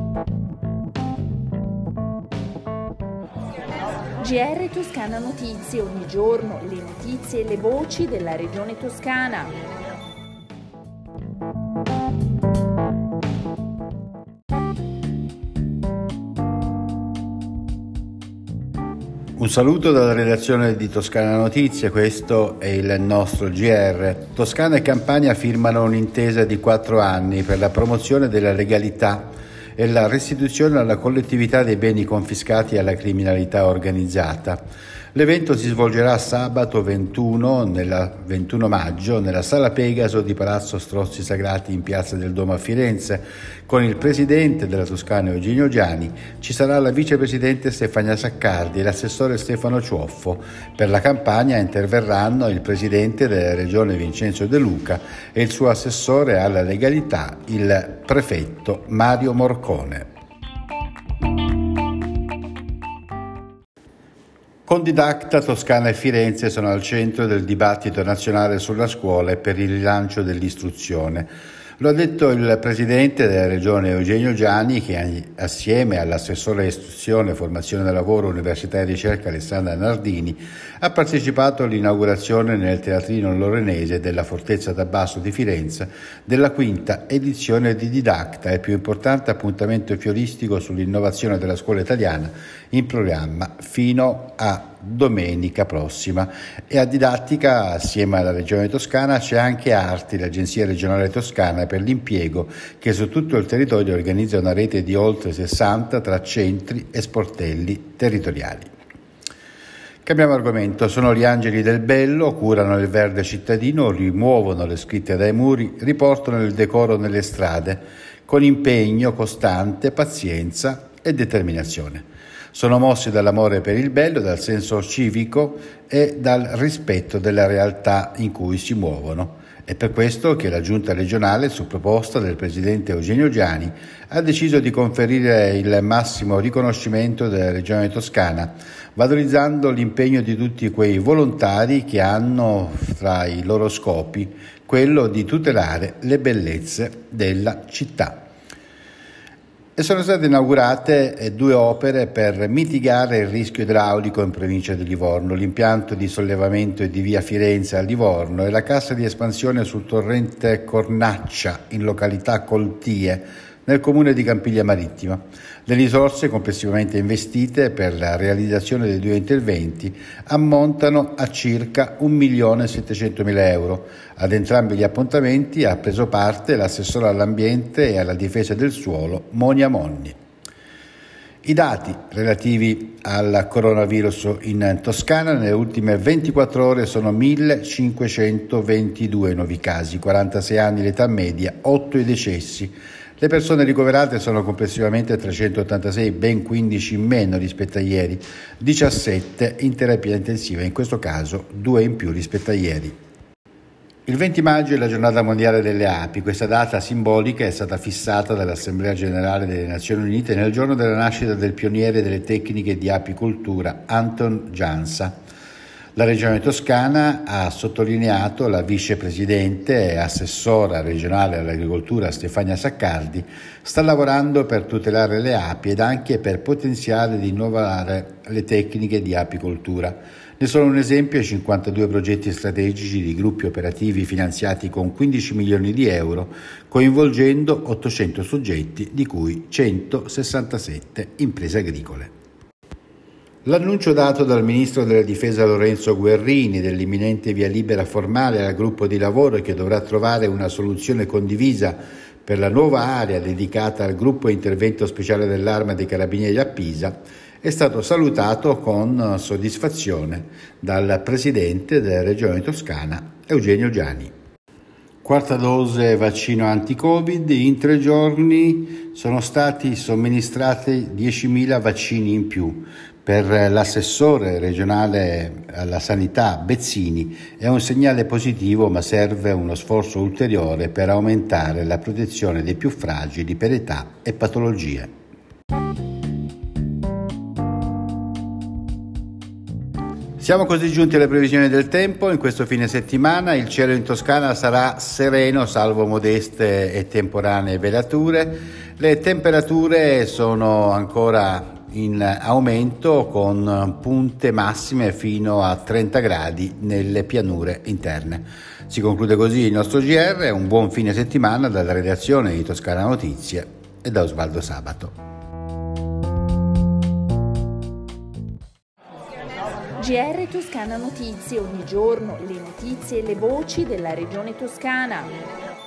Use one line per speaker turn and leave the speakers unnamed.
GR Toscana Notizie, ogni giorno le notizie e le voci della regione toscana.
Un saluto dalla redazione di Toscana Notizie, questo è il nostro GR. Toscana e Campania firmano un'intesa di 4 anni per la promozione della legalità e la restituzione alla collettività dei beni confiscati alla criminalità organizzata. L'evento si svolgerà sabato 21 maggio nella Sala Pegaso di Palazzo Strozzi Sagrati in Piazza del Duomo a Firenze. Con il presidente della Toscana Eugenio Giani ci sarà la vicepresidente Stefania Saccardi e l'assessore Stefano Ciuoffo. Per la campagna interverranno il presidente della regione Vincenzo De Luca e il suo assessore alla legalità, il prefetto Mario Morcone. Condidacta, Toscana e Firenze sono al centro del dibattito nazionale sulla scuola e per il rilancio dell'istruzione. Lo ha detto il presidente della regione Eugenio Giani, che assieme all'assessore istruzione, formazione del lavoro, università e ricerca Alessandra Nardini ha partecipato all'inaugurazione nel teatrino lorenese della Fortezza d'Abbasso di Firenze della 5ª edizione di Didacta, il più importante appuntamento fioristico sull'innovazione della scuola italiana in programma fino a domenica prossima. E a Didattica, assieme alla Regione Toscana, c'è anche Arti, l'Agenzia regionale toscana per l'impiego, che su tutto il territorio organizza una rete di oltre 60 tra centri e sportelli territoriali. Cambiamo argomento. Sono gli Angeli del Bello, curano il verde cittadino, rimuovono le scritte dai muri, riportano il decoro nelle strade, con impegno costante, pazienza e determinazione. Sono mossi dall'amore per il bello, dal senso civico e dal rispetto della realtà in cui si muovono. È per questo che la Giunta regionale, su proposta del presidente Eugenio Giani, ha deciso di conferire il massimo riconoscimento della Regione Toscana, valorizzando l'impegno di tutti quei volontari che hanno tra i loro scopi quello di tutelare le bellezze della città. E sono state inaugurate 2 opere per mitigare il rischio idraulico in provincia di Livorno, l'impianto di sollevamento di via Firenze a Livorno e la cassa di espansione sul torrente Cornaccia in località Coltie, nel comune di Campiglia Marittima. Le risorse complessivamente investite per la realizzazione dei 2 interventi ammontano a circa 1.700.000 euro. Ad entrambi gli appuntamenti ha preso parte l'assessore all'ambiente e alla difesa del suolo Monia Monni. I dati relativi al coronavirus in Toscana nelle ultime 24 ore sono 1.522 nuovi casi, 46 anni l'età media, 8 i decessi. Le persone ricoverate sono complessivamente 386, ben 15 in meno rispetto a ieri, 17 in terapia intensiva, in questo caso 2 in più rispetto a ieri. Il 20 maggio è la giornata mondiale delle api. Questa data simbolica è stata fissata dall'Assemblea Generale delle Nazioni Unite nel giorno della nascita del pioniere delle tecniche di apicoltura, Anton Jansa. La Regione Toscana ha sottolineato la vicepresidente e assessora regionale all'agricoltura Stefania Saccardi sta lavorando per tutelare le api ed anche per potenziare ed innovare le tecniche di apicoltura. Ne sono un esempio i 52 progetti strategici di gruppi operativi finanziati con 15 milioni di euro, coinvolgendo 800 soggetti, di cui 167 imprese agricole. L'annuncio dato dal ministro della Difesa Lorenzo Guerrini dell'imminente via libera formale al gruppo di lavoro che dovrà trovare una soluzione condivisa per la nuova area dedicata al gruppo intervento speciale dell'Arma dei Carabinieri a Pisa è stato salutato con soddisfazione dal presidente della Regione Toscana Eugenio Giani. 4ª dose vaccino anti-Covid. In 3 giorni sono stati somministrati 10.000 vaccini in più. Per l'assessore regionale alla sanità Bezzini è un segnale positivo, ma serve uno sforzo ulteriore per aumentare la protezione dei più fragili per età e patologie. Siamo così giunti alle previsioni del tempo. In questo fine settimana il cielo in Toscana sarà sereno, salvo modeste e temporanee velature. Le temperature sono ancora in aumento, con punte massime fino a 30 gradi nelle pianure interne. Si conclude così il nostro GR. Un buon fine settimana dalla redazione di Toscana Notizie e da Osvaldo Sabato.
GR Toscana Notizie, ogni giorno le notizie e le voci della regione toscana.